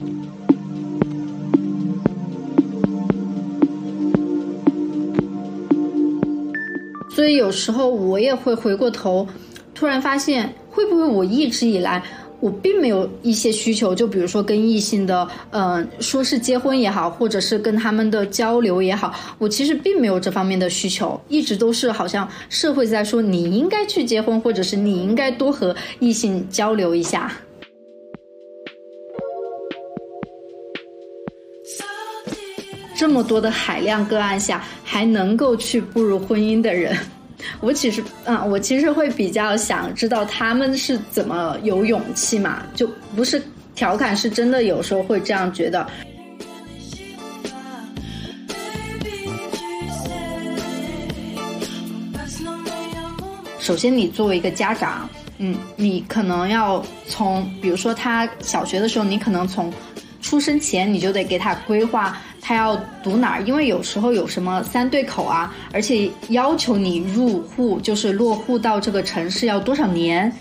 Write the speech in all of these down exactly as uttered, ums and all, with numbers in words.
所以有时候我也会回过头，突然发现会不会我一直以来我并没有一些需求，就比如说跟异性的嗯、呃，说是结婚也好，或者是跟他们的交流也好，我其实并没有这方面的需求，一直都是好像社会在说你应该去结婚，或者是你应该多和异性交流一下。这么多的海量个案下还能够去步入婚姻的人，我其实嗯，我其实会比较想知道他们是怎么有勇气嘛，就不是调侃，是真的有时候会这样觉得。首先你作为一个家长，嗯，你可能要从比如说他小学的时候，你可能从出生前你就得给他规划他要读哪儿，因为有时候有什么三对口啊，而且要求你入户，就是落户到这个城市要多少年。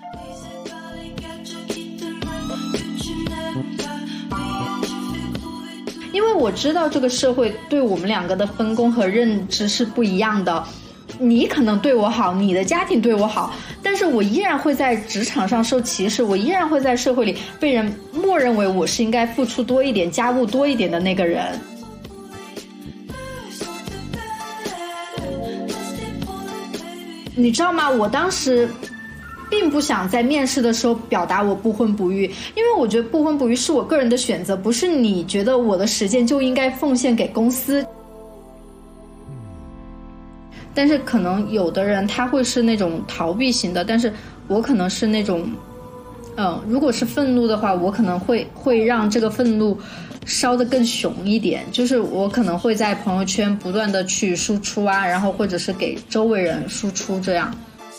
因为我知道这个社会对我们两个的分工和认知是不一样的，你可能对我好，你的家庭对我好，但是我依然会在职场上受歧视，我依然会在社会里被人默认为我是应该付出多一点，家务多一点的那个人。你知道吗？我当时并不想在面试的时候表达我不婚不育，因为我觉得不婚不育是我个人的选择，不是你觉得我的时间就应该奉献给公司。但是可能有的人他会是那种逃避型的，但是我可能是那种嗯，如果是愤怒的话，我可能会会让这个愤怒烧得更熊一点，就是我可能会在朋友圈不断的去输出啊，然后或者是给周围人输出这样。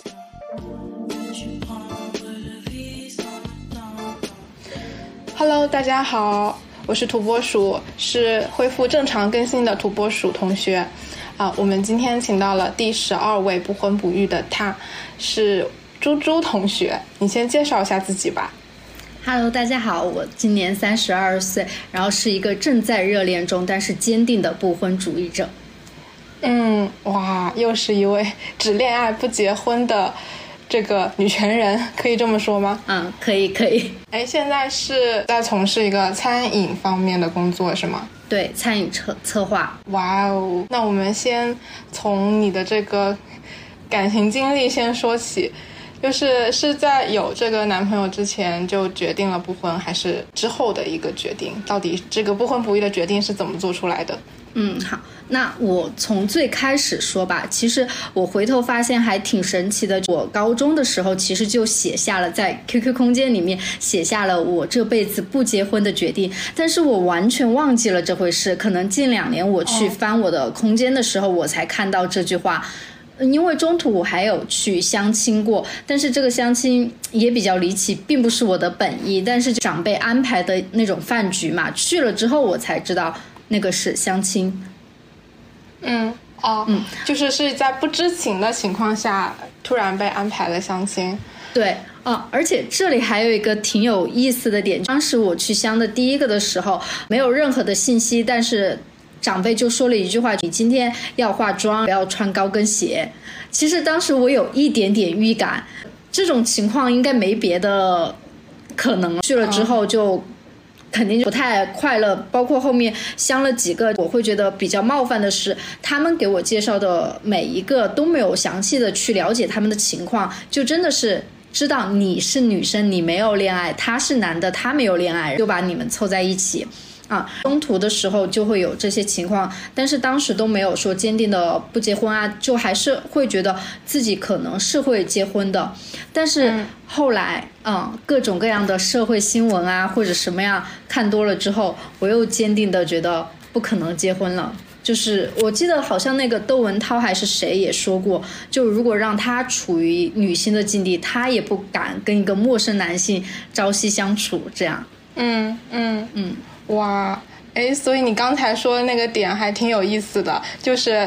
Hello， 大家好，我是土拨鼠，是恢复正常更新的土拨鼠同学。啊，我们今天请到了第十二位不婚不育的他，是猪猪同学，你先介绍一下自己吧。 Hello， 大家好，我今年三十二岁，然后是一个正在热恋中但是坚定的不婚主义者。 嗯，哇，又是一位只恋爱不结婚的这个女权人，可以这么说吗？ 嗯，可以可以。 哎，现在是在从事一个餐饮方面的工作是吗？ 对，餐饮策策划。 哇哦，那我们先从你的这个感情经历先说起，就是是在有这个男朋友之前就决定了不婚，还是之后的一个决定？到底这个不婚不育的决定是怎么做出来的？ 嗯，好，那我从最开始说吧。其实我回头发现还挺神奇的，我高中的时候其实就写下了，在 Q Q 空间里面写下了我这辈子不结婚的决定，但是我完全忘记了这回事，可能近两年我去翻我的空间的时候，我才看到这句话。因为中途我还有去相亲过，但是这个相亲也比较离奇，并不是我的本意，但是长辈安排的那种饭局嘛，去了之后我才知道那个是相亲。 嗯，哦，嗯，就是是在不知情的情况下突然被安排了相亲。 对，哦，而且这里还有一个挺有意思的点，当时我去相的第一个的时候没有任何的信息，但是长辈就说了一句话，你今天要化妆，不要穿高跟鞋。其实当时我有一点点预感，这种情况应该没别的可能，去了之后就肯定不太快乐。包括后面相了几个，我会觉得比较冒犯的是，他们给我介绍的每一个都没有详细的去了解他们的情况，就真的是知道你是女生，你没有恋爱，他是男的，他没有恋爱，就把你们凑在一起啊，中途的时候就会有这些情况，但是当时都没有说坚定的不结婚啊，就还是会觉得自己可能是会结婚的。但是后来嗯，各种各样的社会新闻啊或者什么样看多了之后，我又坚定的觉得不可能结婚了。就是我记得好像那个窦文涛还是谁也说过，就如果让他处于女性的境地，他也不敢跟一个陌生男性朝夕相处这样。 嗯嗯嗯， 哇，哎，所以你刚才说的那个点还挺有意思的，就是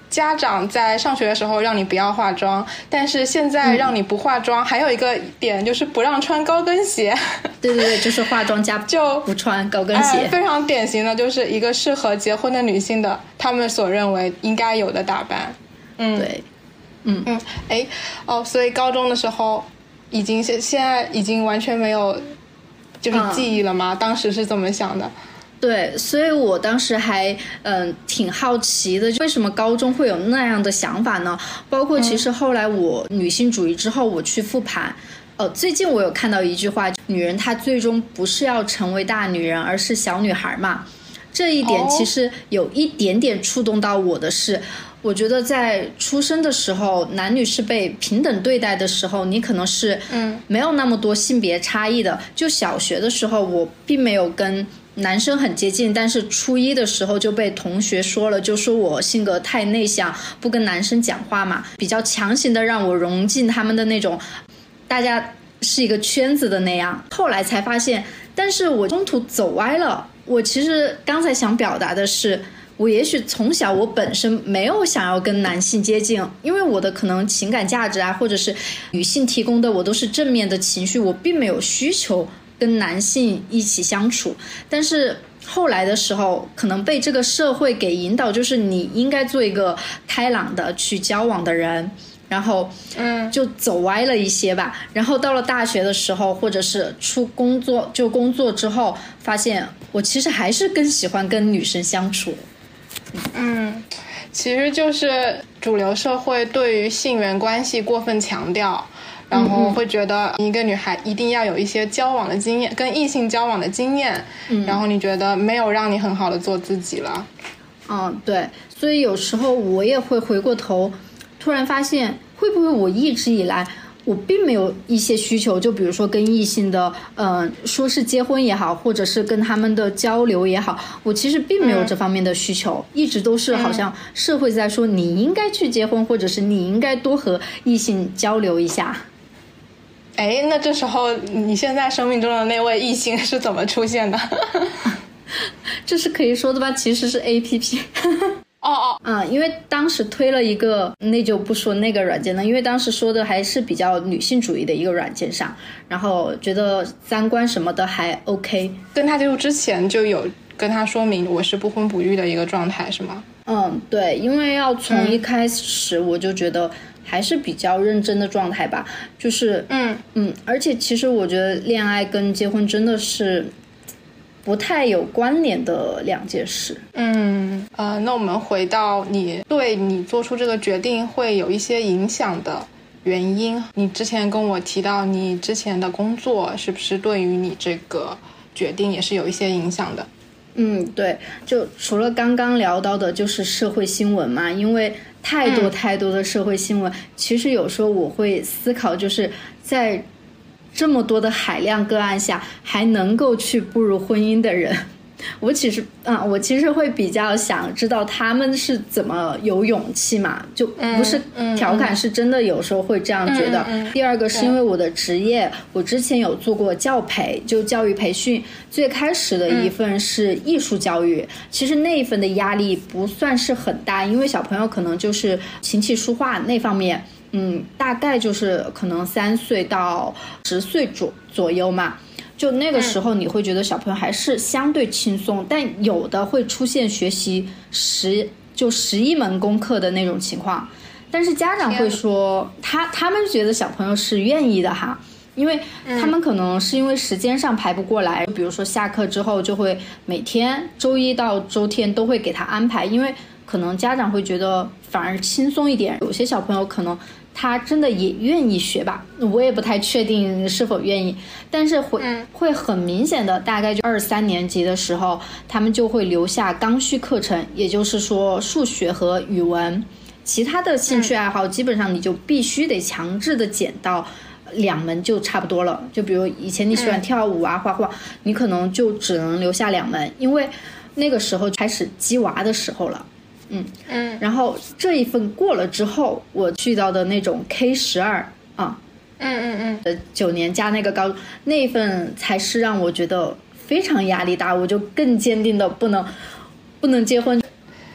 家长在上学的时候让你不要化妆，但是现在让你不化妆、嗯、还有一个点就是不让穿高跟鞋。 对对对，就是化妆加就不穿高跟鞋、 哎、非常典型的就是一个适合结婚的女性的她们所认为应该有的打扮。嗯， 对，嗯嗯，哎，哦，所以高中的时候已经现现在已经完全没有就是记忆了吗、嗯、当时是怎么想的？ 对，所以我当时还嗯、呃、挺好奇的，为什么高中会有那样的想法呢？包括其实后来我女性主义之后，我去复盘，呃，最近我有看到一句话，女人她最终不是要成为大女人，而是小女孩嘛。这一点其实有一点点触动到我的是，我觉得在出生的时候，男女是被平等对待的时候，你可能是嗯没有那么多性别差异的。就小学的时候，我并没有跟男生很接近，但是初一的时候就被同学说了，就说我性格太内向，不跟男生讲话嘛，比较强行的让我融进他们的那种大家是一个圈子的那样。后来才发现，但是我中途走歪了。我其实刚才想表达的是，我也许从小我本身没有想要跟男性接近，因为我的可能情感价值啊，或者是女性提供的我都是正面的情绪，我并没有需求跟男性一起相处。但是后来的时候可能被这个社会给引导，就是你应该做一个开朗的去交往的人，然后嗯，就走歪了一些吧。然后到了大学的时候，或者是出工作就工作之后，发现我其实还是更喜欢跟女生相处。 嗯，其实就是主流社会对于性缘关系过分强调，然后会觉得一个女孩一定要有一些交往的经验，跟异性交往的经验、嗯、然后你觉得没有让你很好的做自己了。 嗯，对，所以有时候我也会回过头突然发现，会不会我一直以来我并没有一些需求，就比如说跟异性的嗯、呃，说是结婚也好，或者是跟他们的交流也好，我其实并没有这方面的需求、嗯、一直都是好像社会在说你应该去结婚、嗯、或者是你应该多和异性交流一下。 哎，那这时候你现在生命中的那位异性是怎么出现的？ 这是可以说的吧，其实是 A P P。 哦哦， 嗯，因为当时推了一个，那就不说那个软件了，因为当时说的还是比较女性主义的一个软件上，然后觉得三观什么的还 OK。 跟他接触之前就有跟他说明我是不婚不育的一个状态是吗？ 嗯，对，因为要从一开始我就觉得还是比较认真的状态吧，就是嗯嗯，而且其实我觉得恋爱跟结婚真的是不太有关联的两件事。 嗯呃，那我们回到你对你做出这个决定会有一些影响的原因，你之前跟我提到你之前的工作是不是对于你这个决定也是有一些影响的？ 嗯，对，就除了刚刚聊到的就是社会新闻嘛，因为太多太多的社会新闻、嗯、其实有时候我会思考，就是在这么多的海量个案下还能够去步入婚姻的人，我其实啊、嗯，我其实会比较想知道他们是怎么有勇气嘛，就不是调侃，是真的有时候会这样觉得、嗯嗯嗯、第二个是因为我的职业，我之前有做过教培，就教育培训，最开始的一份是艺术教育、嗯、其实那一份的压力不算是很大，因为小朋友可能就是琴棋书画那方面，嗯，大概就是可能三岁到十岁左左右嘛，就那个时候你会觉得小朋友还是相对轻松、嗯、但有的会出现学习十就十一门功课的那种情况，但是家长会说他他们觉得小朋友是愿意的哈，因为他们可能是因为时间上排不过来、嗯、比如说下课之后就会每天周一到周天都会给他安排，因为可能家长会觉得反而轻松一点，有些小朋友可能他真的也愿意学吧，我也不太确定是否愿意，但是会、嗯、会很明显的，大概就二三年级的时候他们就会留下刚需课程，也就是说数学和语文，其他的兴趣爱好基本上你就必须得强制的减到两门就差不多了，就比如以前你喜欢跳舞啊、画画，你可能就只能留下两门，因为那个时候开始鸡娃的时候了。嗯嗯，然后这一份过了之后，我去到的那种 K 十二啊， 嗯嗯嗯， 呃九年加那个高那一份才是让我觉得非常压力大，我就更坚定的不能不能结婚。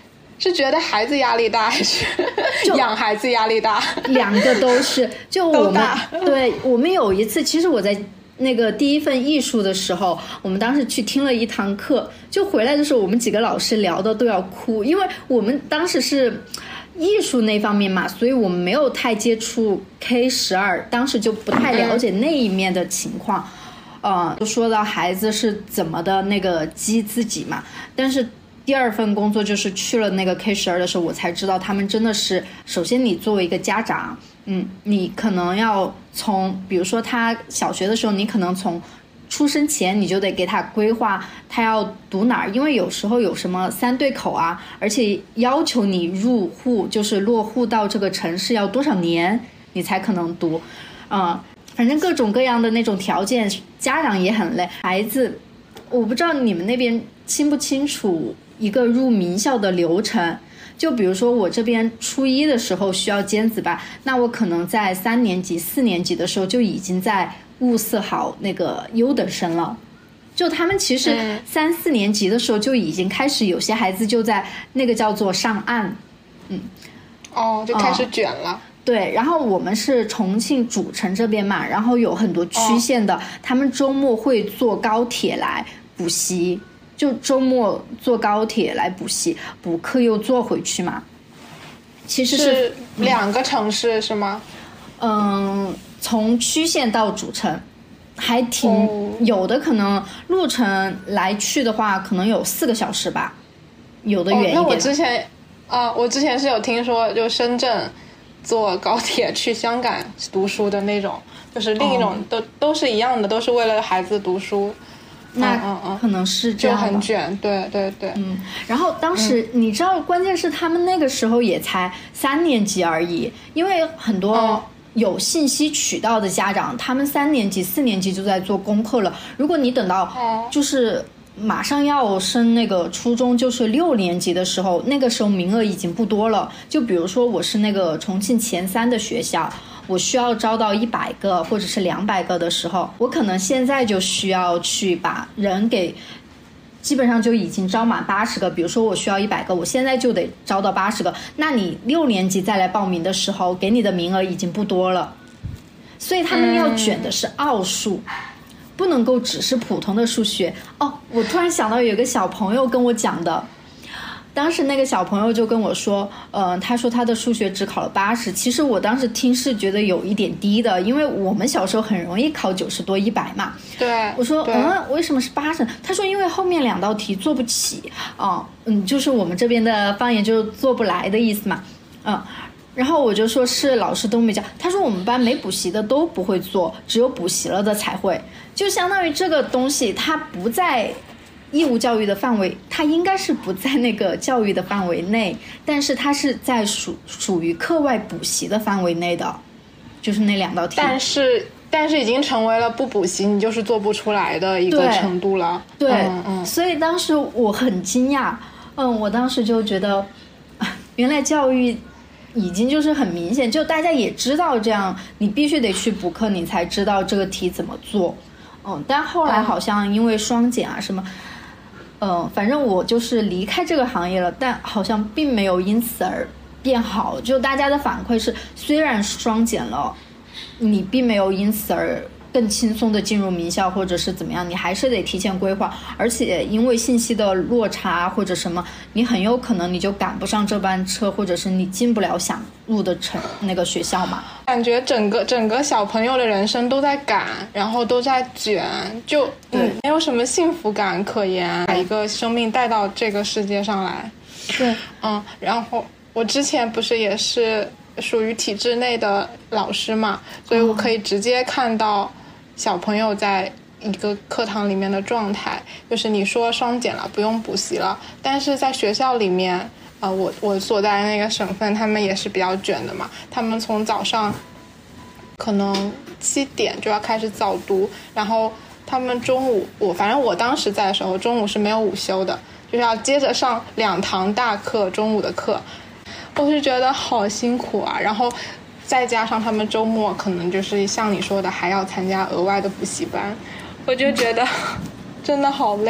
是觉得孩子压力大，还是养孩子压力大？ 两个都是。就我们对我们有一次，其实我在那个第一份艺术的时候，我们当时去听了一堂课，就回来的时候，我们几个老师聊的都要哭，因为我们当时是艺术那方面嘛，所以我们没有太接触 K 十二，当时就不太了解那一面的情况。呃，就说到孩子是怎么的那个激自己嘛，但是第二份工作就是去了那个 K 十二的时候，我才知道他们真的是，首先你作为一个家长，嗯，你可能要从，比如说他小学的时候，你可能从出生前你就得给他规划他要读哪儿，因为有时候有什么三对口啊，而且要求你入户，就是落户到这个城市要多少年你才可能读，呃反正各种各样的那种条件，家长也很累。孩子，我不知道你们那边清不清楚一个入名校的流程。就比如说我这边初一的时候需要尖子班，那我可能在三年级、四年级的时候就已经在物色好那个优等生了。就他们其实三四年级的时候就已经开始，有些孩子就在那个叫做上岸，嗯， 哦，就开始卷了。哦对，然后我们是重庆主城这边嘛，然后有很多区县的，哦、他们周末会坐高铁来补习，就周末坐高铁来补习，补课又坐回去嘛。其实 是, 是两个城市、嗯、是吗？ 嗯，从区县到主城，还挺、哦、有的可能路程来去的话，可能有四个小时吧，有的远一点。 哦、那我之前啊、呃，我之前是有听说，就深圳。坐高铁去香港读书的那种，就是另一种、哦、都都是一样的，都是为了孩子读书。 那嗯嗯可能是这样， 就很卷，对对对。 嗯，然后当时、嗯、你知道，关键是他们那个时候也才三年级而已，因为很多有信息渠道的家长，嗯、他们三年级、四年级就在做功课了。如果你等到就是。马上要升那个初中，就是六年级的时候，那个时候名额已经不多了。就比如说我是那个重庆前三的学校，我需要招到一百个或者是两百个的时候，我可能现在就需要去把人给基本上就已经招满八十个。比如说我需要一百个，我现在就得招到八十个，那你六年级再来报名的时候，给你的名额已经不多了。所以他们要卷的是奥数。嗯不能够只是普通的数学哦。我突然想到有个小朋友跟我讲的，当时那个小朋友就跟我说，呃，他说他的数学只考了八十。其实我当时听是觉得有一点低的，因为我们小时候很容易考九十多、一百嘛。 对， 我说，嗯，为什么是八十？他说因为后面两道题做不起哦，嗯，就是我们这边的方言就是做不来的意思嘛，嗯。然后我就说是老师都没教，他说我们班没补习的都不会做，只有补习了的才会。就相当于这个东西它不在义务教育的范围，它应该是不在那个教育的范围内，但是它是在属属于课外补习的范围内的，就是那两道题。 但是但是已经成为了不补习你就是做不出来的一个程度了。 对，对嗯嗯， 所以当时我很惊讶，嗯，我当时就觉得，原来教育。已经就是很明显，就大家也知道这样，你必须得去补课，你才知道这个题怎么做。嗯，但后来好像因为双减啊什么，嗯，反正我就是离开这个行业了，但好像并没有因此而变好。就大家的反馈是，虽然双减了，你并没有因此而更轻松的进入名校或者是怎么样，你还是得提前规划，而且因为信息的落差或者什么，你很有可能你就赶不上这班车，或者是你进不了想入的城那个学校嘛。 感觉整个整个小朋友的人生都在赶，然后都在卷，就嗯没有什么幸福感可言，把一个生命带到这个世界上来。 对， 嗯，然后我之前不是也是属于体制内的老师嘛，所以我可以直接看到小朋友在一个课堂里面的状态，就是你说双减了，不用补习了，但是在学校里面，呃，我我所在的那个省份，他们也是比较卷的嘛，他们从早上可能七点就要开始早读，然后他们中午，我反正我当时在的时候，中午是没有午休的，就是要接着上两堂大课，中午的课，我是觉得好辛苦啊，然后再加上他们周末可能就是像你说的还要参加额外的补习班，我就觉得真的好累。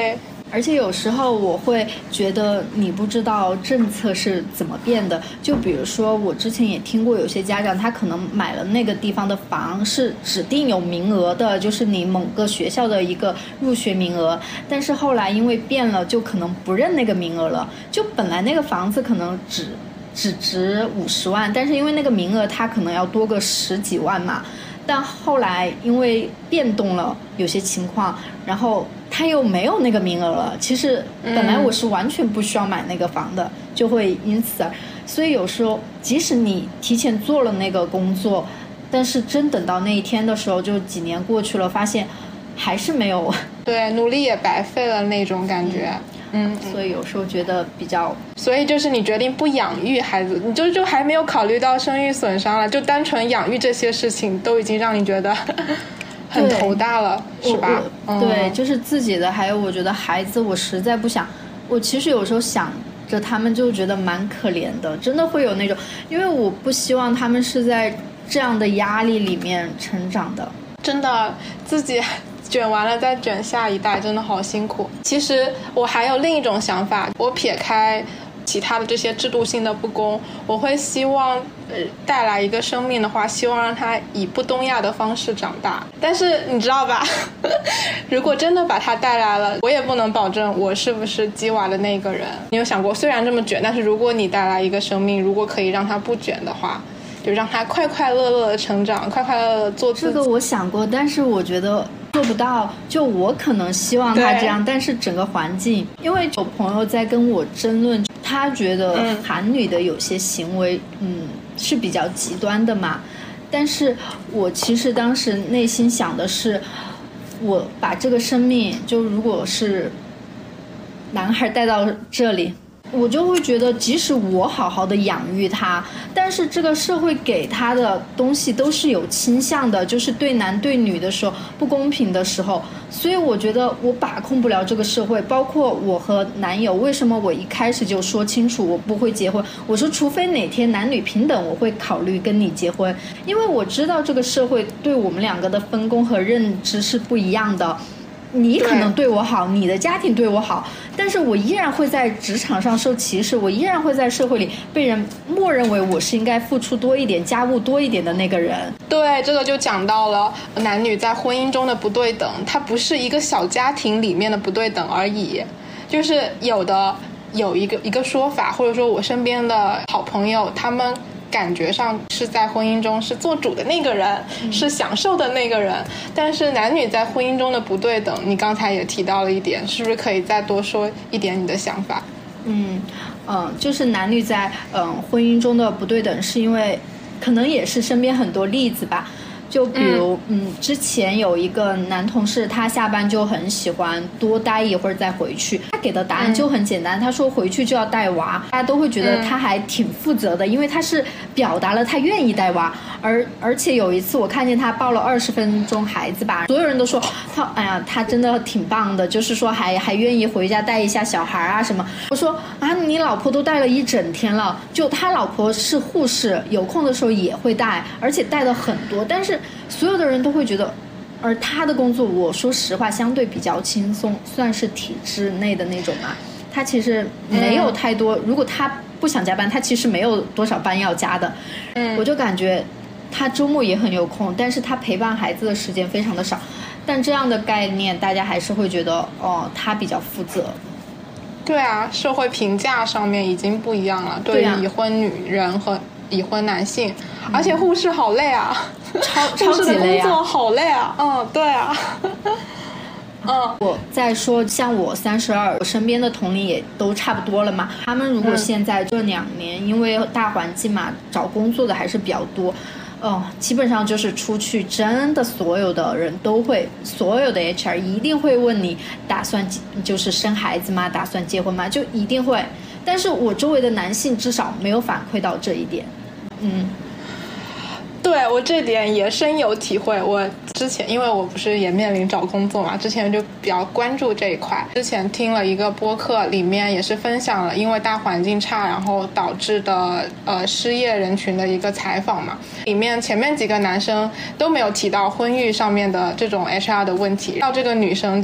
而且有时候我会觉得你不知道政策是怎么变的，就比如说我之前也听过有些家长他可能买了那个地方的房是指定有名额的，就是你某个学校的一个入学名额，但是后来因为变了就可能不认那个名额了，就本来那个房子可能只只值五十万，但是因为那个名额它可能要多个十几万嘛，但后来因为变动了有些情况，然后他又没有那个名额了，其实本来我是完全不需要买那个房的、嗯、就会因此而，所以有时候即使你提前做了那个工作，但是真等到那一天的时候，就几年过去了，发现还是没有， 对，努力也白费了那种感觉。嗯， 所以有时候觉得比较， 所以就是你决定不养育孩子，你就就还没有考虑到生育损伤了，就单纯养育这些事情都已经让你觉得很头大了，是吧？ 嗯、对，就是自己的，还有我觉得孩子，我实在不想，我其实有时候想着他们就觉得蛮可怜的，真的会有那种，因为我不希望他们是在这样的压力里面成长的， 真的自己卷完了再卷下一代，真的好辛苦。其实我还有另一种想法，我撇开其他的这些制度性的不公，我会希望呃带来一个生命的话，希望让他以不东亚的方式长大。但是你知道吧如果真的把他带来了，我也不能保证我是不是鸡娃的那个人。你有想过，虽然这么卷，但是如果你带来一个生命，如果可以让他不卷的话，就让他快快乐乐的成长，快快乐乐的做自己。 这个我想过，但是我觉得做不到，就我可能希望他这样，但是整个环境，因为有朋友在跟我争论，他觉得韩女的有些行为嗯是比较极端的嘛，但是我其实当时内心想的是，我把这个生命，就如果是男孩带到这里，我就会觉得即使我好好的养育他，但是这个社会给他的东西都是有倾向的，就是对男对女的时候不公平的时候，所以我觉得我把控不了这个社会。包括我和男友，为什么我一开始就说清楚我不会结婚，我说除非哪天男女平等我会考虑跟你结婚，因为我知道这个社会对我们两个的分工和认知是不一样的，你可能对我好，你的家庭对我好，但是我依然会在职场上受歧视，我依然会在社会里被人默认为我是应该付出多一点，家务多一点的那个人。 对，这个就讲到了男女在婚姻中的不对等，它不是一个小家庭里面的不对等而已，就是有的有一个一个说法，或者说我身边的好朋友，他们感觉上是在婚姻中是做主的那个人、嗯、是享受的那个人，但是男女在婚姻中的不对等，你刚才也提到了一点，是不是可以再多说一点你的想法？ 嗯嗯，就是男女在嗯婚姻中的不对等，是因为可能也是身边很多例子吧，就比如 嗯, 嗯，之前有一个男同事，他下班就很喜欢多待一会儿再回去，他给的答案就很简单、嗯、他说回去就要带娃，大家都会觉得他还挺负责的、嗯、因为他是表达了他愿意带娃，而而且有一次我看见他抱了二十分钟孩子吧，所有人都说他哎呀他真的挺棒的，就是说还还愿意回家带一下小孩啊什么。我说啊你老婆都带了一整天了，就他老婆是护士，有空的时候也会带，而且带的很多，但是所有的人都会觉得，而他的工作我说实话相对比较轻松，算是体制内的那种嘛，他其实没有太多、嗯、如果他不想加班，他其实没有多少班要加的、嗯、我就感觉他周末也很有空，但是他陪伴孩子的时间非常的少，但这样的概念大家还是会觉得哦他比较负责。 对啊，社会评价上面已经不一样了，对于已婚女人和已婚男性、啊、而且护士好累啊， 超超级累啊， 工作好累啊。嗯，对啊。嗯， 我再说像我三十二，我身边的同龄也都差不多了嘛，他们如果现在这两年、嗯、因为大环境嘛，找工作的还是比较多，哦，基本上就是出去真的所有的人都会，所有的 H R 一定会问你打算就是生孩子吗，打算结婚吗，就一定会。但是我周围的男性至少没有反馈到这一点。嗯， 对，我这点也深有体会。我之前因为我不是也面临找工作嘛，之前就比较关注这一块，之前听了一个播客，里面也是分享了因为大环境差然后导致的呃失业人群的一个采访嘛，里面前面几个男生都没有提到婚育上面的这种 H R 的问题，到这个女生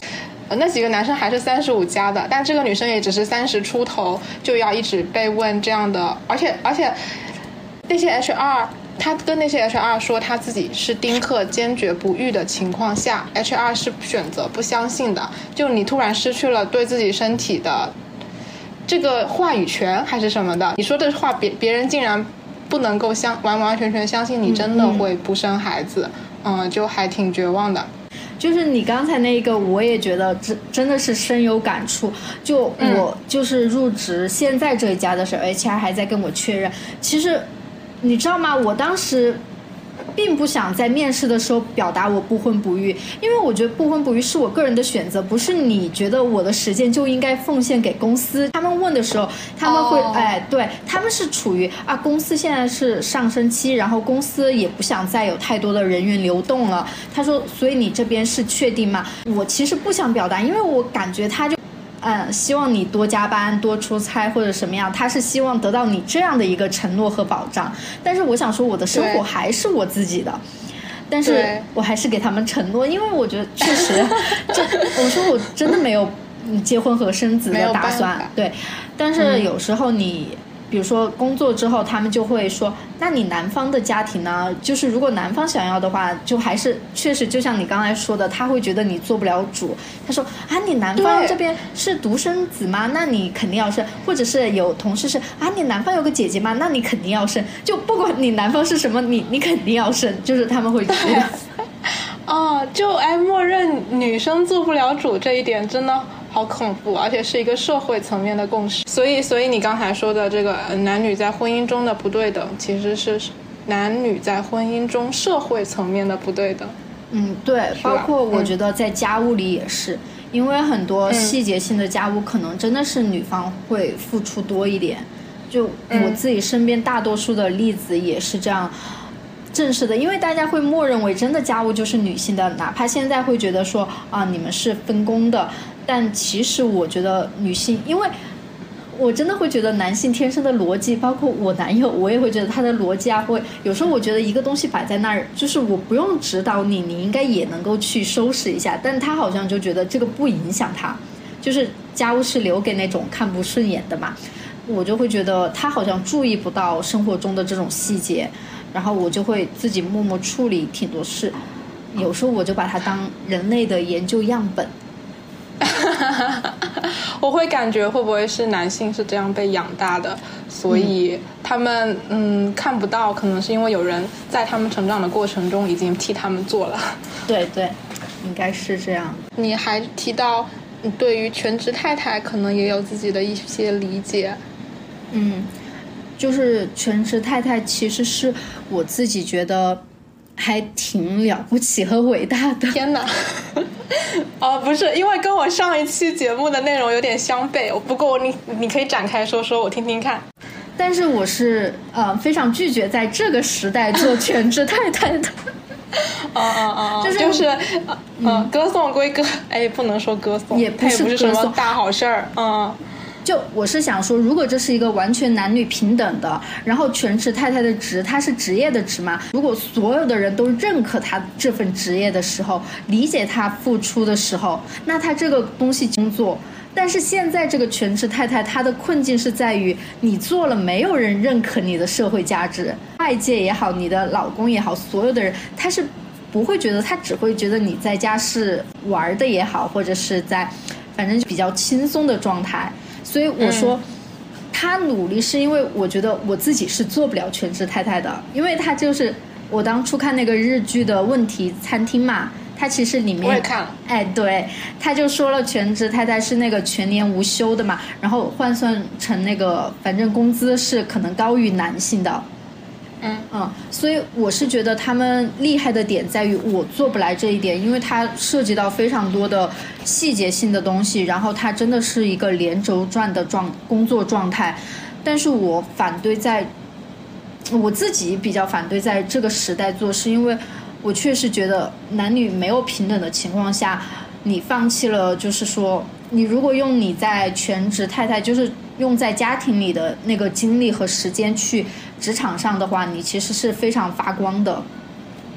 那几个男生还是三十五加的，但这个女生也只是三十出头，就要一直被问这样的，而且而且那些 H R。他跟那些 H R 说他自己是丁克坚决不育的情况下 H R 是选择不相信的，就你突然失去了对自己身体的这个话语权还是什么的，你说这话别别人竟然不能够相完完全全相信你真的会不生孩子， 嗯, 嗯就还挺绝望的。 就是你刚才那个我也觉得真真的是深有感触，就我就是入职现在这一家的时候、嗯、H R 还在跟我确认，其实你知道吗？我当时并不想在面试的时候表达我不婚不育，因为我觉得不婚不育是我个人的选择，不是你觉得我的时间就应该奉献给公司。他们问的时候，他们会、oh. 哎，对，他们是处于啊，公司现在是上升期，然后公司也不想再有太多的人员流动了。他说，所以你这边是确定吗？我其实不想表达，因为我感觉他就。嗯，希望你多加班多出差或者什么样，他是希望得到你这样的一个承诺和保障。但是我想说我的生活还是我自己的，但是我还是给他们承诺，因为我觉得确实这我说我真的没有结婚和生子的打算，对，但是有时候你、嗯比如说工作之后他们就会说，那你男方的家庭呢，就是如果男方想要的话，就还是确实就像你刚才说的，他会觉得你做不了主。他说啊，你男方这边是独生子吗？那你肯定要生。或者是有同事是啊，你男方有个姐姐吗？那你肯定要生。就不管你男方是什么，你你肯定要生，就是他们会觉得哦，就哎默认女生做不了主这一点真的好恐怖，而且是一个社会层面的共识。所以所以你刚才说的这个男女在婚姻中的不对等，其实是男女在婚姻中社会层面的不对等。 嗯，对，包括我觉得在家务里也是、嗯、因为很多细节性的家务可能真的是女方会付出多一点，就我自己身边大多数的例子也是这样正式的，因为大家会默认为真的家务就是女性的，哪怕现在会觉得说啊你们是分工的，但其实我觉得女性，因为我真的会觉得男性天生的逻辑，包括我男友我也会觉得他的逻辑啊，会有时候我觉得一个东西摆在那儿，就是我不用指导你，你应该也能够去收拾一下，但他好像就觉得这个不影响他，就是家务是留给那种看不顺眼的嘛，我就会觉得他好像注意不到生活中的这种细节，然后我就会自己默默处理挺多事，有时候我就把它当人类的研究样本。 我会感觉会不会是男性是这样被养大的，所以他们 嗯, 嗯看不到，可能是因为有人在他们成长的过程中已经替他们做了。 对对，应该是这样。 你还提到对于全职太太可能也有自己的一些理解。 嗯，就是全职太太其实是我自己觉得还挺了不起和伟大的。 天哪哦，不是，因为跟我上一期节目的内容有点相悖，不过你你可以展开说说我听听看。 但是我是呃非常拒绝在这个时代做全职太太的。 哦哦哦，就是就是呃、嗯、歌颂归歌，哎，不能说歌颂， 也不是歌颂，也不是什么大好事儿，嗯。 就我是想说，如果这是一个完全男女平等的，然后全职太太的职，它是职业的职嘛，如果所有的人都认可他这份职业的时候，理解他付出的时候，那他这个东西工作。但是现在这个全职太太，她的困境是在于你做了没有人认可你的社会价值，外界也好，你的老公也好，所有的人他是不会觉得，他只会觉得你在家是玩的也好，或者是在反正比较轻松的状态。所以我说、嗯、他努力是因为我觉得我自己是做不了全职太太的，因为他就是我当初看那个日剧的问题餐厅嘛，他其实里面我也看了， 哎，对，他就说了全职太太是那个全年无休的嘛，然后换算成那个反正工资是可能高于男性的。 嗯嗯，所以我是觉得他们厉害的点在于我做不来这一点，因为它涉及到非常多的细节性的东西，然后它真的是一个连轴转的状工作状态。但是我反对在，我自己比较反对在这个时代做，是因为我确实觉得男女没有平等的情况下，你放弃了，就是说你如果用你在全职太太，就是用在家庭里的那个精力和时间去职场上的话，你其实是非常发光的。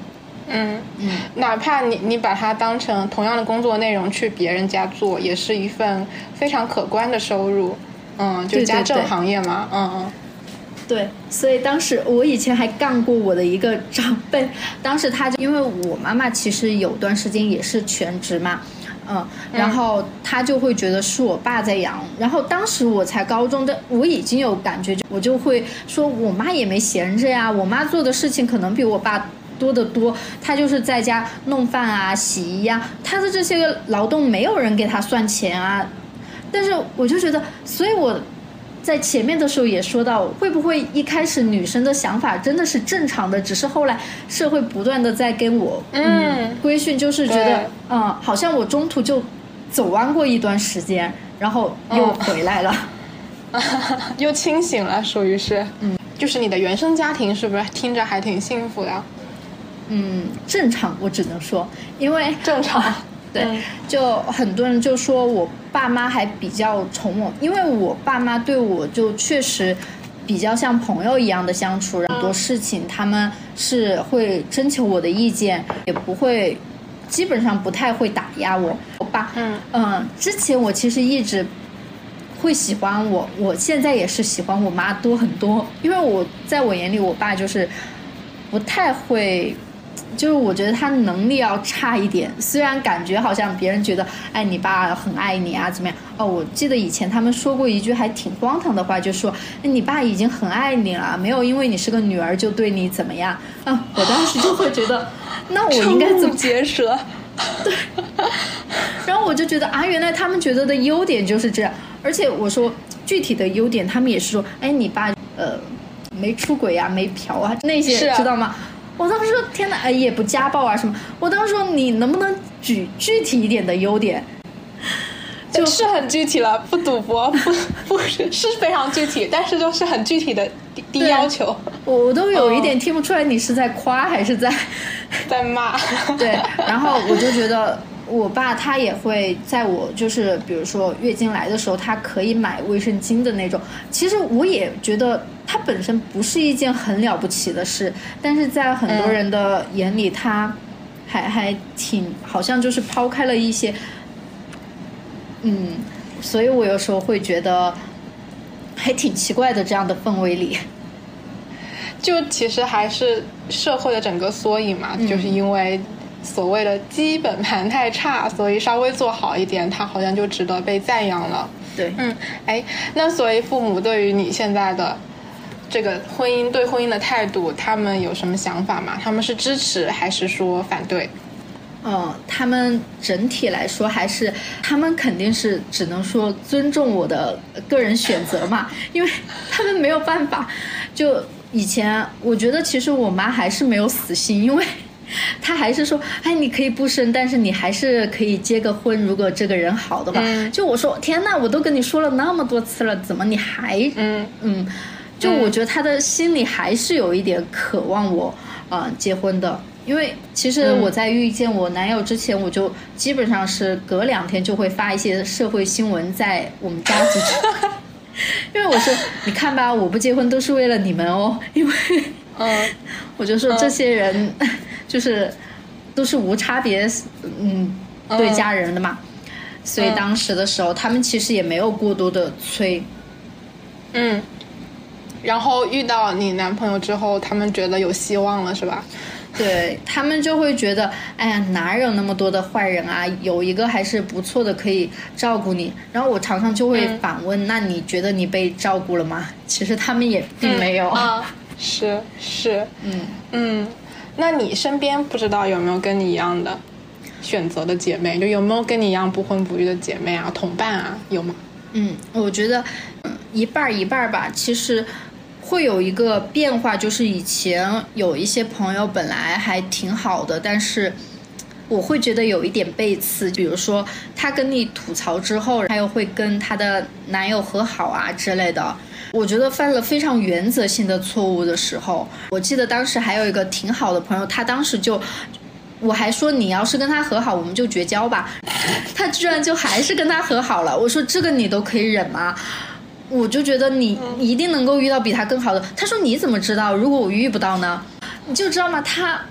嗯嗯，哪怕你你把它当成同样的工作内容去别人家做，也是一份非常可观的收入。嗯，就家政行业嘛。 对对对嗯嗯。 对，所以当时我以前还干过我的一个长辈，当时他就因为我妈妈其实有段时间也是全职嘛，嗯，然后他就会觉得是我爸在养，然后当时我才高中的，我已经有感觉，我就会说我妈也没闲着呀，我妈做的事情可能比我爸多得多，她就是在家弄饭啊、洗衣呀，她的这些劳动没有人给她算钱啊，但是我就觉得，所以我在前面的时候也说到，会不会一开始女生的想法真的是正常的，只是后来社会不断的在跟我嗯规训，就是觉得嗯，好像我中途就走弯过一段时间，然后又回来了， 嗯、又清醒了，属于是嗯，就是你的原生家庭是不是听着还挺幸福的？ 嗯，正常，我只能说，因为正常。 啊对，就很多人就说我爸妈还比较宠我，因为我爸妈对我就确实比较像朋友一样的相处，很多事情他们是会征求我的意见，也不会，基本上不太会打压我。我爸，嗯嗯，之前我其实一直会喜欢我，我现在也是喜欢我妈多很多，因为我在我眼里，我爸就是不太会。就是我觉得他能力要差一点，虽然感觉好像别人觉得哎你爸很爱你啊怎么样哦，我记得以前他们说过一句还挺荒唐的话，就说哎你爸已经很爱你了，没有因为你是个女儿就对你怎么样啊，我当时就会觉得那我应该怎么结舌对，然后我就觉得啊原来他们觉得的优点就是这样，而且我说具体的优点他们也是说哎你爸呃没出轨啊没嫖啊那些、啊、知道吗？我当时说天哪，也不家暴啊什么。我当时说你能不能举具体一点的优点？ 就是很具体了，不赌博，不不是是非常具体，但是就是很具体的低要求。 我都有一点听不出来你是在夸还是在在骂。 对，然后我就觉得我爸他也会在我就是比如说月经来的时候，他可以买卫生巾的那种。其实我也觉得。它本身不是一件很了不起的事，但是在很多人的眼里，它还还挺好像就是抛开了一些，嗯，所以我有时候会觉得还挺奇怪的这样的氛围里。 就其实还是社会的整个缩影嘛，嗯、就是因为所谓的基本盘太差，所以稍微做好一点，它好像就值得被赞扬了。 对， 嗯，哎，那所以父母对于你现在的这个婚姻对婚姻的态度，他们有什么想法吗？他们是支持还是说反对？ 嗯，他们整体来说还是，他们肯定是只能说尊重我的个人选择嘛，因为他们没有办法。就以前我觉得其实我妈还是没有死心，因为她还是说，哎，你可以不生，但是你还是可以结个婚，如果这个人好的话。嗯、就我说，天哪，我都跟你说了那么多次了，怎么你还嗯嗯？就我觉得他的心里还是有一点渴望我呃结婚的，因为其实我在遇见我男友之前，我就基本上是隔两天就会发一些社会新闻在我们家之中，因为我说你看吧，我不结婚都是为了你们哦，因为嗯，我就说这些人就是都是无差别嗯对家人的嘛，所以当时的时候他们其实也没有过多的催， 嗯。然后遇到你男朋友之后，他们觉得有希望了，是吧？ 对，他们就会觉得，哎呀，哪有那么多的坏人啊？有一个还是不错的，可以照顾你。然后我常常就会反问，嗯、那你觉得你被照顾了吗？其实他们也并没有。 嗯、啊，是是，嗯嗯。那你身边不知道有没有跟你一样的选择的姐妹？就有没有跟你一样不婚不育的姐妹啊、同伴啊？有吗？ 嗯，我觉得，嗯，一半一半吧。其实。会有一个变化，就是以前有一些朋友本来还挺好的，但是我会觉得有一点背刺，比如说她跟你吐槽之后，她又会跟她的男友和好啊之类的，我觉得犯了非常原则性的错误的时候，我记得当时还有一个挺好的朋友，她当时就我还说你要是跟他和好我们就绝交吧，他居然就还是跟他和好了，我说这个你都可以忍吗？我就觉得你一定能够遇到比他更好的。他说你怎么知道？如果我遇不到呢？你就知道吗？他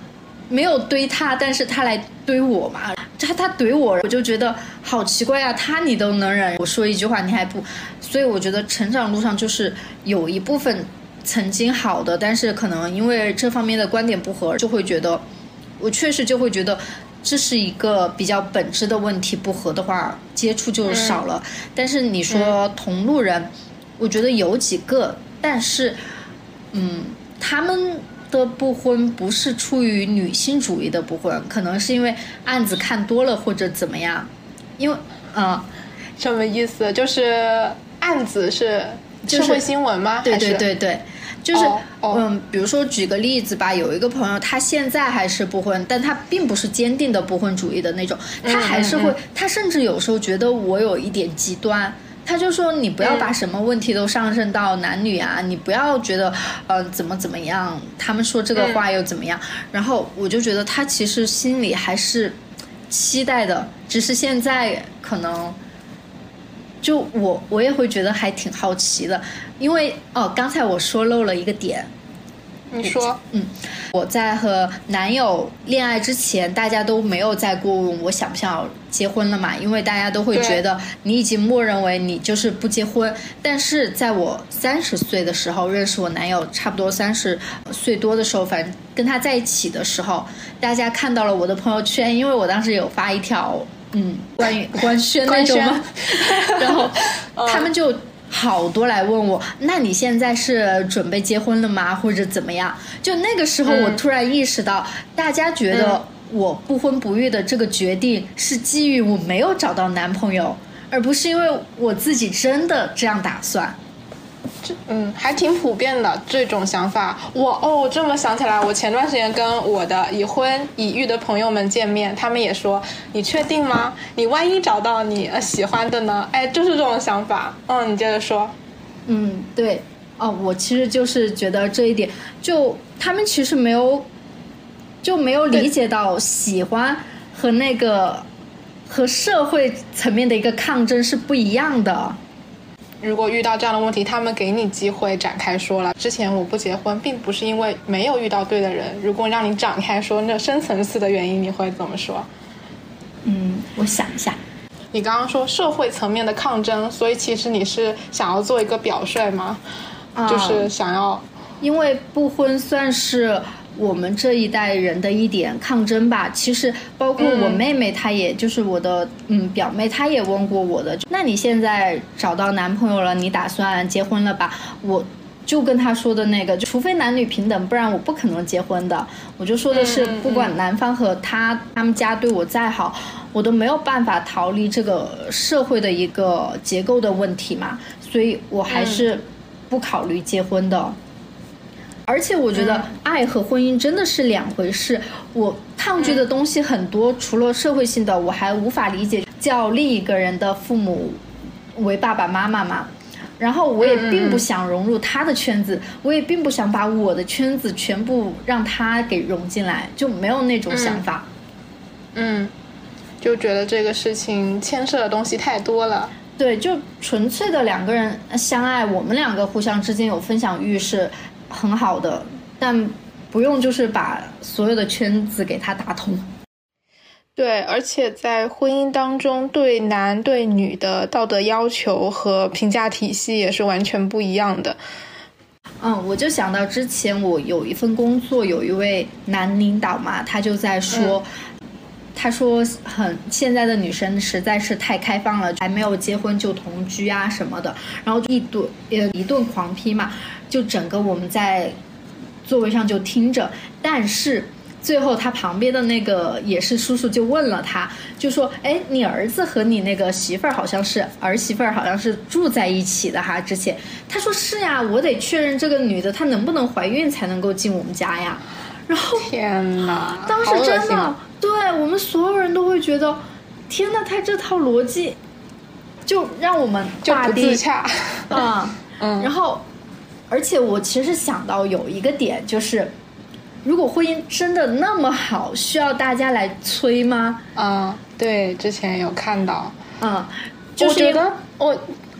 没有怼他，但是他来怼我嘛，他他怼我，我就觉得好奇怪啊，他你都能忍，我说一句话你还不，所以我觉得成长路上就是有一部分曾经好的，但是可能因为这方面的观点不合，就会觉得我确实就会觉得这是一个比较本质的问题，不合的话接触就少了、嗯、但是你说同路人、嗯、我觉得有几个，但是嗯他们的不婚不是出于女性主义的不婚，可能是因为案子看多了或者怎么样，因为嗯什么意思？就是案子是社会新闻吗？ 对对对对，就是、 哦哦、 嗯，比如说举个例子吧，有一个朋友他现在还是不婚，但他并不是坚定的不婚主义的那种，他还是会、嗯嗯嗯、他甚至有时候觉得我有一点极端，他就说你不要把什么问题都上升到男女啊、嗯、你不要觉得呃怎么怎么样，他们说这个话又怎么样、嗯、然后我就觉得他其实心里还是期待的，只是现在可能就我我也会觉得还挺好奇的，因为哦刚才我说漏了一个点。 你说嗯，我在和男友恋爱之前大家都没有再过问我想不想要结婚了嘛，因为大家都会觉得你已经默认为你就是不结婚。但是在我三十岁的时候认识我男友，差不多三十岁多的时候，反正跟他在一起的时候，大家看到了我的朋友圈，因为我当时有发一条嗯关于官宣那种嘛然后他们就好多来问我，那你现在是准备结婚了吗？或者怎么样？就那个时候我突然意识到、嗯、大家觉得我不婚不育的这个决定是基于我没有找到男朋友，而不是因为我自己真的这样打算。 这嗯，还挺普遍的这种想法。我哦，这么想起来，我前段时间跟我的已婚已育的朋友们见面，他们也说：“你确定吗？你万一找到你喜欢的呢？”哎，就是这种想法。嗯，你接着说。 嗯，对。哦，我其实就是觉得这一点，就他们其实没有，就没有理解到喜欢和那个和社会层面的一个抗争是不一样的。 如果遇到这样的问题，他们给你机会展开说了，之前我不结婚并不是因为没有遇到对的人，如果让你展开说那深层次的原因，你会怎么说？ 嗯，我想一下。 你刚刚说社会层面的抗争，所以其实你是想要做一个表率吗、啊、就是想要， 因为不婚算是我们这一代人的一点抗争吧。其实包括我妹妹，她也就是我的嗯表妹，她也问过我的，那你现在找到男朋友了，你打算结婚了吧？我就跟她说的那个，就除非男女平等，不然我不可能结婚的。我就说的是，不管男方和他他们家对我再好，我都没有办法逃离这个社会的一个结构的问题嘛，所以我还是不考虑结婚的。而且我觉得爱和婚姻真的是两回事，我抗拒的东西很多，除了社会性的，我还无法理解叫另一个人的父母为爸爸妈妈嘛。然后我也并不想融入他的圈子，我也并不想把我的圈子全部让他给融进来，就没有那种想法。 嗯，就觉得这个事情牵涉的东西太多了。 对，就纯粹的两个人相爱，我们两个互相之间有分享欲是很好的，但不用就是把所有的圈子给他打通。 对，而且在婚姻当中，对男对女的道德要求和评价体系也是完全不一样的。 嗯，我就想到之前我有一份工作，有一位男领导嘛，他就在说、嗯、他说很现在的女生实在是太开放了，还没有结婚就同居啊什么的，然后一顿一顿狂批嘛，就整个我们在座位上就听着。但是最后他旁边的那个也是叔叔就问了他，就说哎，你儿子和你那个媳妇儿好像是儿媳妇儿好像是住在一起的哈，之前他说是呀，我得确认这个女的她能不能怀孕才能够进我们家呀。然后天哪， 当时真的对我们所有人都会觉得天哪，他这套逻辑就让我们就不自洽啊、嗯、然后而且我其实想到有一个点，就是如果婚姻真的那么好，需要大家来催吗？ 嗯，对，之前有看到。 嗯， 就是、我觉得我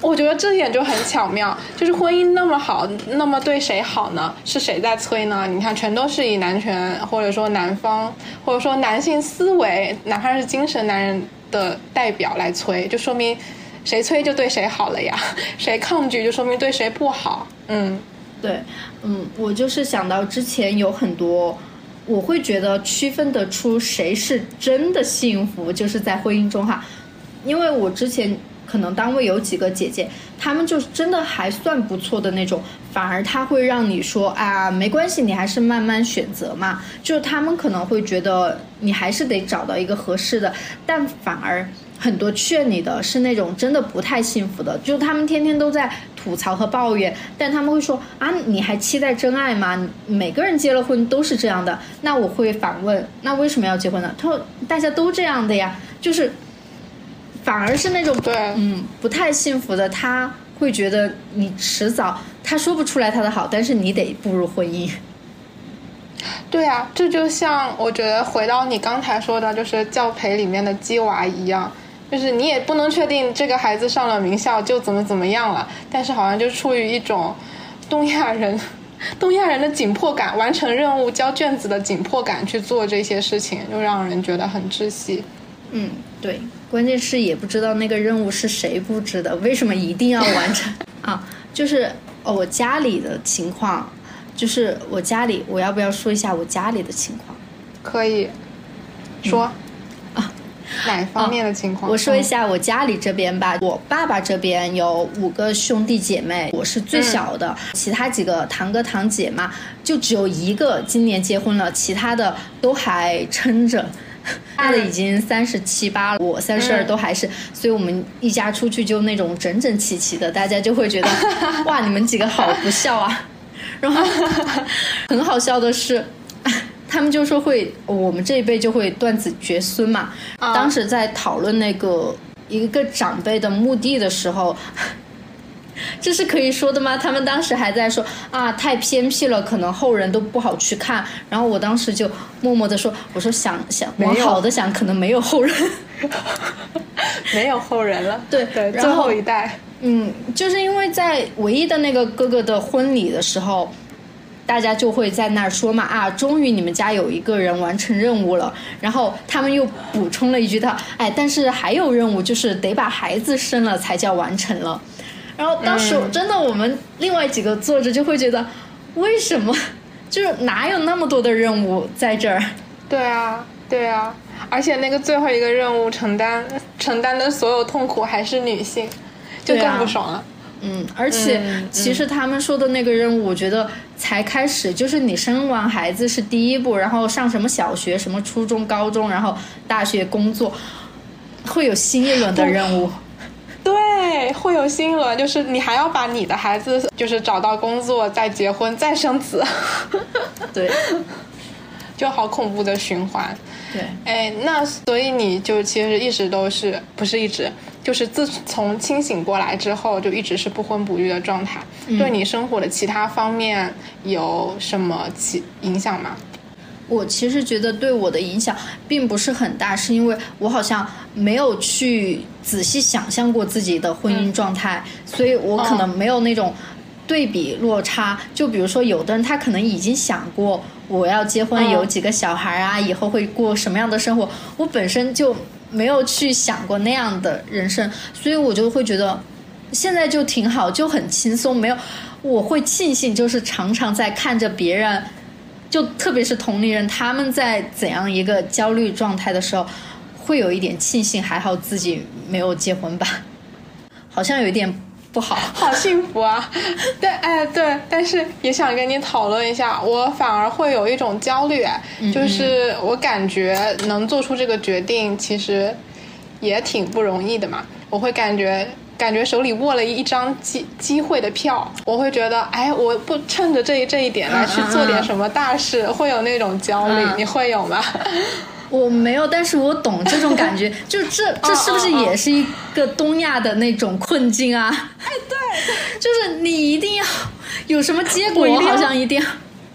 我觉得这点就很巧妙，就是婚姻那么好，那么对谁好呢？是谁在催呢？你看，全都是以男权或者说男方或者说男性思维，哪怕是精神男人的代表来催，就说明谁催就对谁好了呀，谁抗拒就说明对谁不好。嗯， 对，嗯，我就是想到之前有很多，我会觉得区分得出谁是真的幸福，就是在婚姻中哈，因为我之前可能单位有几个姐姐，她们就真的还算不错的那种，反而她会让你说啊，没关系，你还是慢慢选择嘛。就是她们可能会觉得你还是得找到一个合适的，但反而很多劝你的是那种真的不太幸福的，就他们天天都在吐槽和抱怨，但他们会说啊，你还期待真爱吗？每个人结了婚都是这样的。那我会反问，那为什么要结婚呢？他说大家都这样的呀，就是反而是那种对， 嗯，不太幸福的，他会觉得你迟早，他说不出来他的好，但是你得步入婚姻。 对啊，这就像我觉得回到你刚才说的，就是教培里面的鸡娃一样，就是你也不能确定这个孩子上了名校就怎么怎么样了，但是好像就出于一种东亚人东亚人的紧迫感，完成任务交卷子的紧迫感去做这些事情，就让人觉得很窒息。 嗯，对，关键是也不知道那个任务是谁布置的，为什么一定要完成啊？就是哦，我家里的情况，就是我家里，我要不要说一下我家里的情况？ 可以说、 嗯、啊， 哪方面的情况？ 啊、我说一下我家里这边吧。我爸爸这边有五个兄弟姐妹，我是最小的，嗯、其他几个堂哥堂姐嘛，就只有一个今年结婚了，其他的都还撑着。大的已经三十七八了，我三十二都还是、嗯，所以我们一家出去就那种整整齐齐的，大家就会觉得哇，你们几个好不孝啊。然后很好笑的是，他们就说会我们这一辈就会断子绝孙嘛。啊、当时在讨论那个一个长辈的墓地的时候。这是可以说的吗？他们当时还在说啊，太偏僻了，可能后人都不好去看。然后我当时就默默地说，我说想想往好的想，可能没有后人， 没有后人了。 对对，最后一代。 嗯，就是因为在唯一的那个哥哥的婚礼的时候，大家就会在那儿说嘛啊，终于你们家有一个人完成任务了。然后他们又补充了一句他，哎，但是还有任务，就是得把孩子生了才叫完成了。然后当时真的我们另外几个坐着就会觉得，为什么就是哪有那么多的任务在这儿？ 对啊，对啊，而且那个最后一个任务承担承担的所有痛苦还是女性，就更不爽了。啊、 嗯，而且其实他们说的那个任务，我觉得才开始，就是你生完孩子是第一步，然后上什么小学、什么初中、高中，然后大学、工作，会有新一轮的任务。 对，会有新一轮，就是你还要把你的孩子就是找到工作，再结婚，再生子。 对， 就好恐怖的循环。 对， 哎，那所以你就其实一直都是不是一直，就是自从清醒过来之后，就一直是不婚不育的状态。嗯、对你生活的其他方面有什么其影响吗？ 我其实觉得对我的影响并不是很大，是因为我好像没有去仔细想象过自己的婚姻状态，嗯、所以我可能没有那种对比落差。嗯、就比如说有的人他可能已经想过我要结婚有几个小孩啊，嗯、以后会过什么样的生活，我本身就没有去想过那样的人生，所以我就会觉得现在就挺好，就很轻松。没有，我会庆幸就是常常在看着别人，就特别是同龄人他们在怎样一个焦虑状态的时候，会有一点庆幸，还好自己没有结婚吧，好像有一点不好。 好幸福啊！对，哎，对，但是也想跟你讨论一下，我反而会有一种焦虑，嗯嗯就是我感觉能做出这个决定，其实也挺不容易的嘛。我会感觉。感觉手里握了一张机机会的票，我会觉得，哎，我不趁着这一这一点来去做点什么大事，嗯嗯嗯会有那种焦虑。嗯、你会有吗？ 我没有，但是我懂这种感觉。就这这是不是也是一个东亚的那种困境啊？ 哎，对， 就是你一定要有什么结果，好像一定要。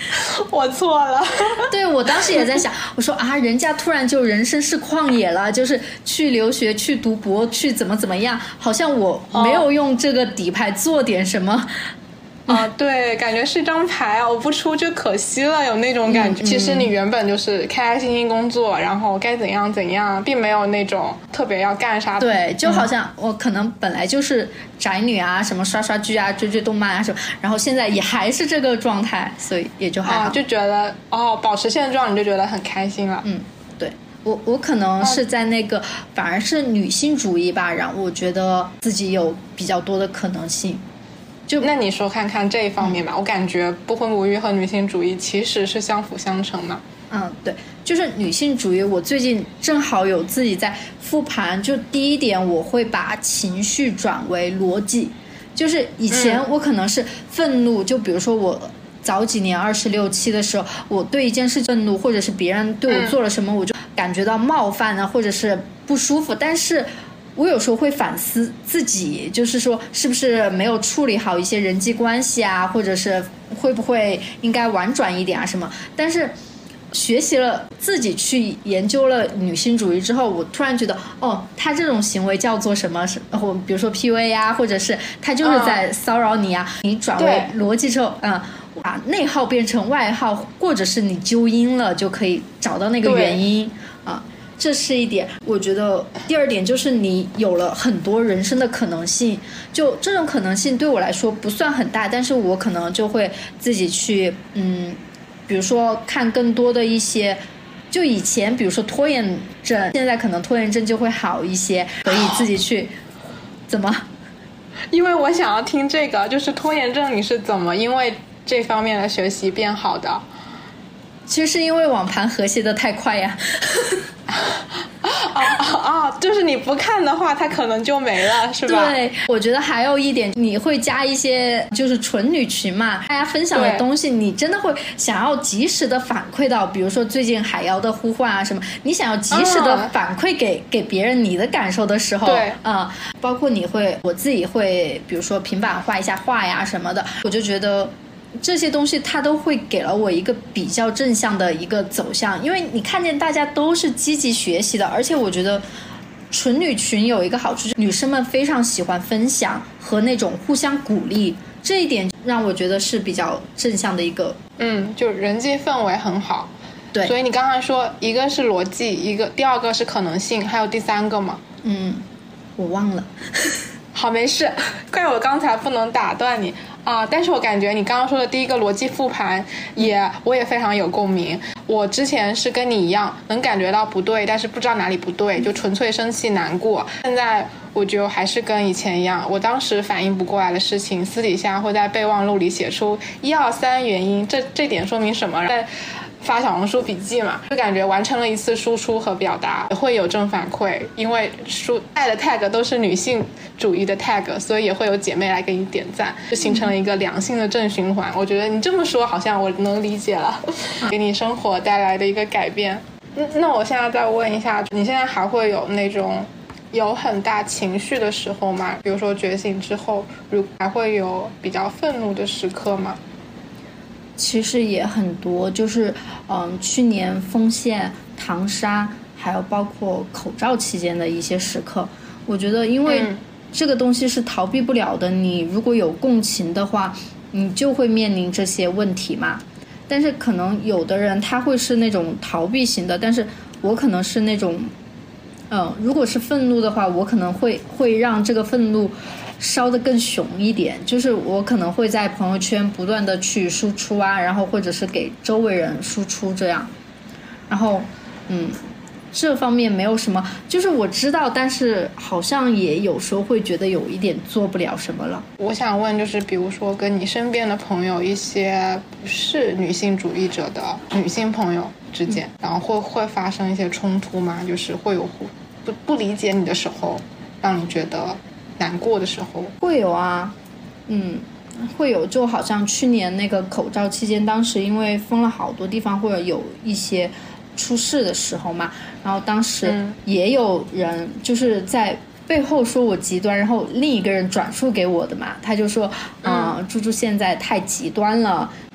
我错了。 对，我当时也在想，我说啊，人家突然就人生是旷野了，就是去留学、去读博、去怎么怎么样，好像我没有用这个底牌做点什么。 啊，对，感觉是张牌啊，我不出就可惜了，有那种感觉。嗯嗯、其实你原本就是开开心心工作，然后该怎样怎样，并没有那种特别要干啥的。 对，就好像我可能本来就是宅女啊，什么刷刷剧啊、追追动漫啊什么，然后现在也还是这个状态，所以也就还好。 啊，就觉得哦，保持现状你就觉得很开心了。 嗯，对。我我可能是在那个、哦、反而是女性主义吧，然后我觉得自己有比较多的可能性。 就那你说看看这一方面吧、嗯、我感觉不婚不育和女性主义其实是相辅相成的。 嗯，对，就是女性主义我最近正好有自己在复盘，就第一点我会把情绪转为逻辑，就是以前我可能是愤怒、嗯、就比如说我早几年二十六七的时候，我对一件事愤怒，或者是别人对我做了什么、嗯、我就感觉到冒犯啊，或者是不舒服，但是我有时候会反思自己，就是说是不是没有处理好一些人际关系啊，或者是会不会应该婉转一点啊什么。但是学习了自己去研究了女性主义之后，我突然觉得哦，他这种行为叫做什么，或比如说 P U A 啊，或者是他就是在骚扰你啊、嗯、你转为逻辑之后，嗯，把内耗变成外耗，或者是你纠因了，就可以找到那个原因啊。这是一点。我觉得第二点就是你有了很多人生的可能性，就这种可能性对我来说不算很大，但是我可能就会自己去嗯，比如说看更多的一些，就以前比如说拖延症，现在可能拖延症就会好一些，可以自己去怎么？ 因为我想要听这个，就是拖延症你是怎么因为这方面的学习变好的？ 其实是因为网盘和谐的太快呀。 哦哦，就是你不看的话它可能就没了，是吧？ 对，我觉得还有一点，你会加一些就是纯女群嘛，大家分享的东西你真的会想要及时的反馈到，比如说最近海妖的呼唤啊什么，你想要及时的反馈给、嗯、给别人你的感受的时候， 对啊、嗯，包括你会我自己会比如说平板画一下画呀什么的，我就觉得这些东西它都会给了我一个比较正向的一个走向，因为你看见大家都是积极学习的，而且我觉得纯女群有一个好处，就是女生们非常喜欢分享和那种互相鼓励，这一点让我觉得是比较正向的一个， 嗯，就人际氛围很好。 对， 所以你刚才说一个是逻辑，一个第二个是可能性，还有第三个吗？ 嗯，我忘了。 好，没事，怪我刚才不能打断你啊！但是我感觉你刚刚说的第一个逻辑复盘也我也非常有共鸣。我之前是跟你一样能感觉到不对，但是不知道哪里不对，就纯粹生气难过。现在我觉得还是跟以前一样，我当时反应不过来的事情，私底下会在备忘录里写出一二三原因，这这点说明什么？在发小红书笔记嘛，就感觉完成了一次输出和表达，也会有正反馈，因为输带的 tag 都是女性主义的 tag， 所以也会有姐妹来给你点赞，就形成了一个良性的正循环。我觉得你这么说好像我能理解了，给你生活带来的一个改变。那我现在再问一下，你现在还会有那种有很大情绪的时候吗？比如说觉醒之后，如还会有比较愤怒的时刻吗？ 其实也很多，就是嗯，去年丰县、唐沙，还有包括口罩期间的一些时刻，我觉得因为这个东西是逃避不了的，你如果有共情的话，你就会面临这些问题嘛。但是可能有的人他会是那种逃避型的，但是我可能是那种嗯，如果是愤怒的话，我可能会会让这个愤怒烧得更熊一点，就是我可能会在朋友圈不断的去输出啊，然后或者是给周围人输出这样，然后嗯，这方面没有什么，就是我知道，但是好像也有时候会觉得有一点做不了什么了。 我想问就是比如说跟你身边的朋友，一些不是女性主义者的女性朋友之间、嗯、然后会会发生一些冲突吗？就是会有不不理解你的时候，让你觉得难过的时候。 会有啊，嗯，会有，就好像去年那个口罩期间，当时因为封了好多地方，或者有一些出事的时候嘛，然后当时也有人就是在背后说我极端，然后另一个人转述给我的嘛，他就说，嗯、呃，猪猪现在太极端了，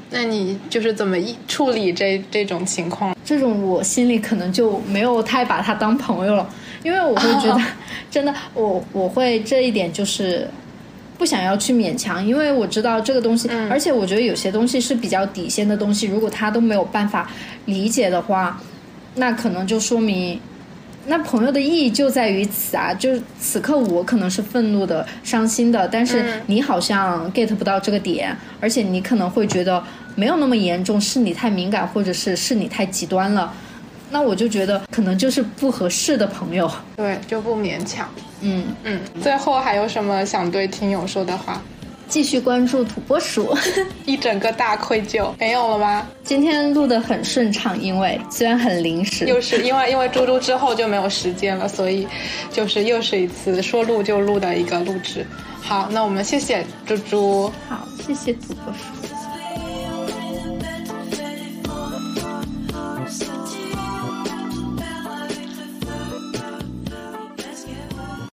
那你就是怎么处理这这种情况？ 这种我心里可能就没有太把他当朋友了，因为我会觉得真的我我会这一点就是不想要去勉强，因为我知道这个东西、嗯、而且我觉得有些东西是比较底线的东西，如果他都没有办法理解的话，那可能就说明那朋友的意义就在于此啊，就是此刻我可能是愤怒的伤心的，但是你好像 get 不到这个点、嗯、而且你可能会觉得没有那么严重，是你太敏感或者是是你太极端了，那我就觉得可能就是不合适的朋友。 对，就不勉强。 嗯嗯，最后还有什么想对听友说的话？ 继续关注土拨鼠。 一整个大愧疚。没有了吗？ 今天录得很顺畅，因为虽然很临时， 又是因为因为猪猪之后就没有时间了，所以就是又是一次说录就录的一个录制。好，那我们谢谢猪猪。 好，谢谢土拨鼠。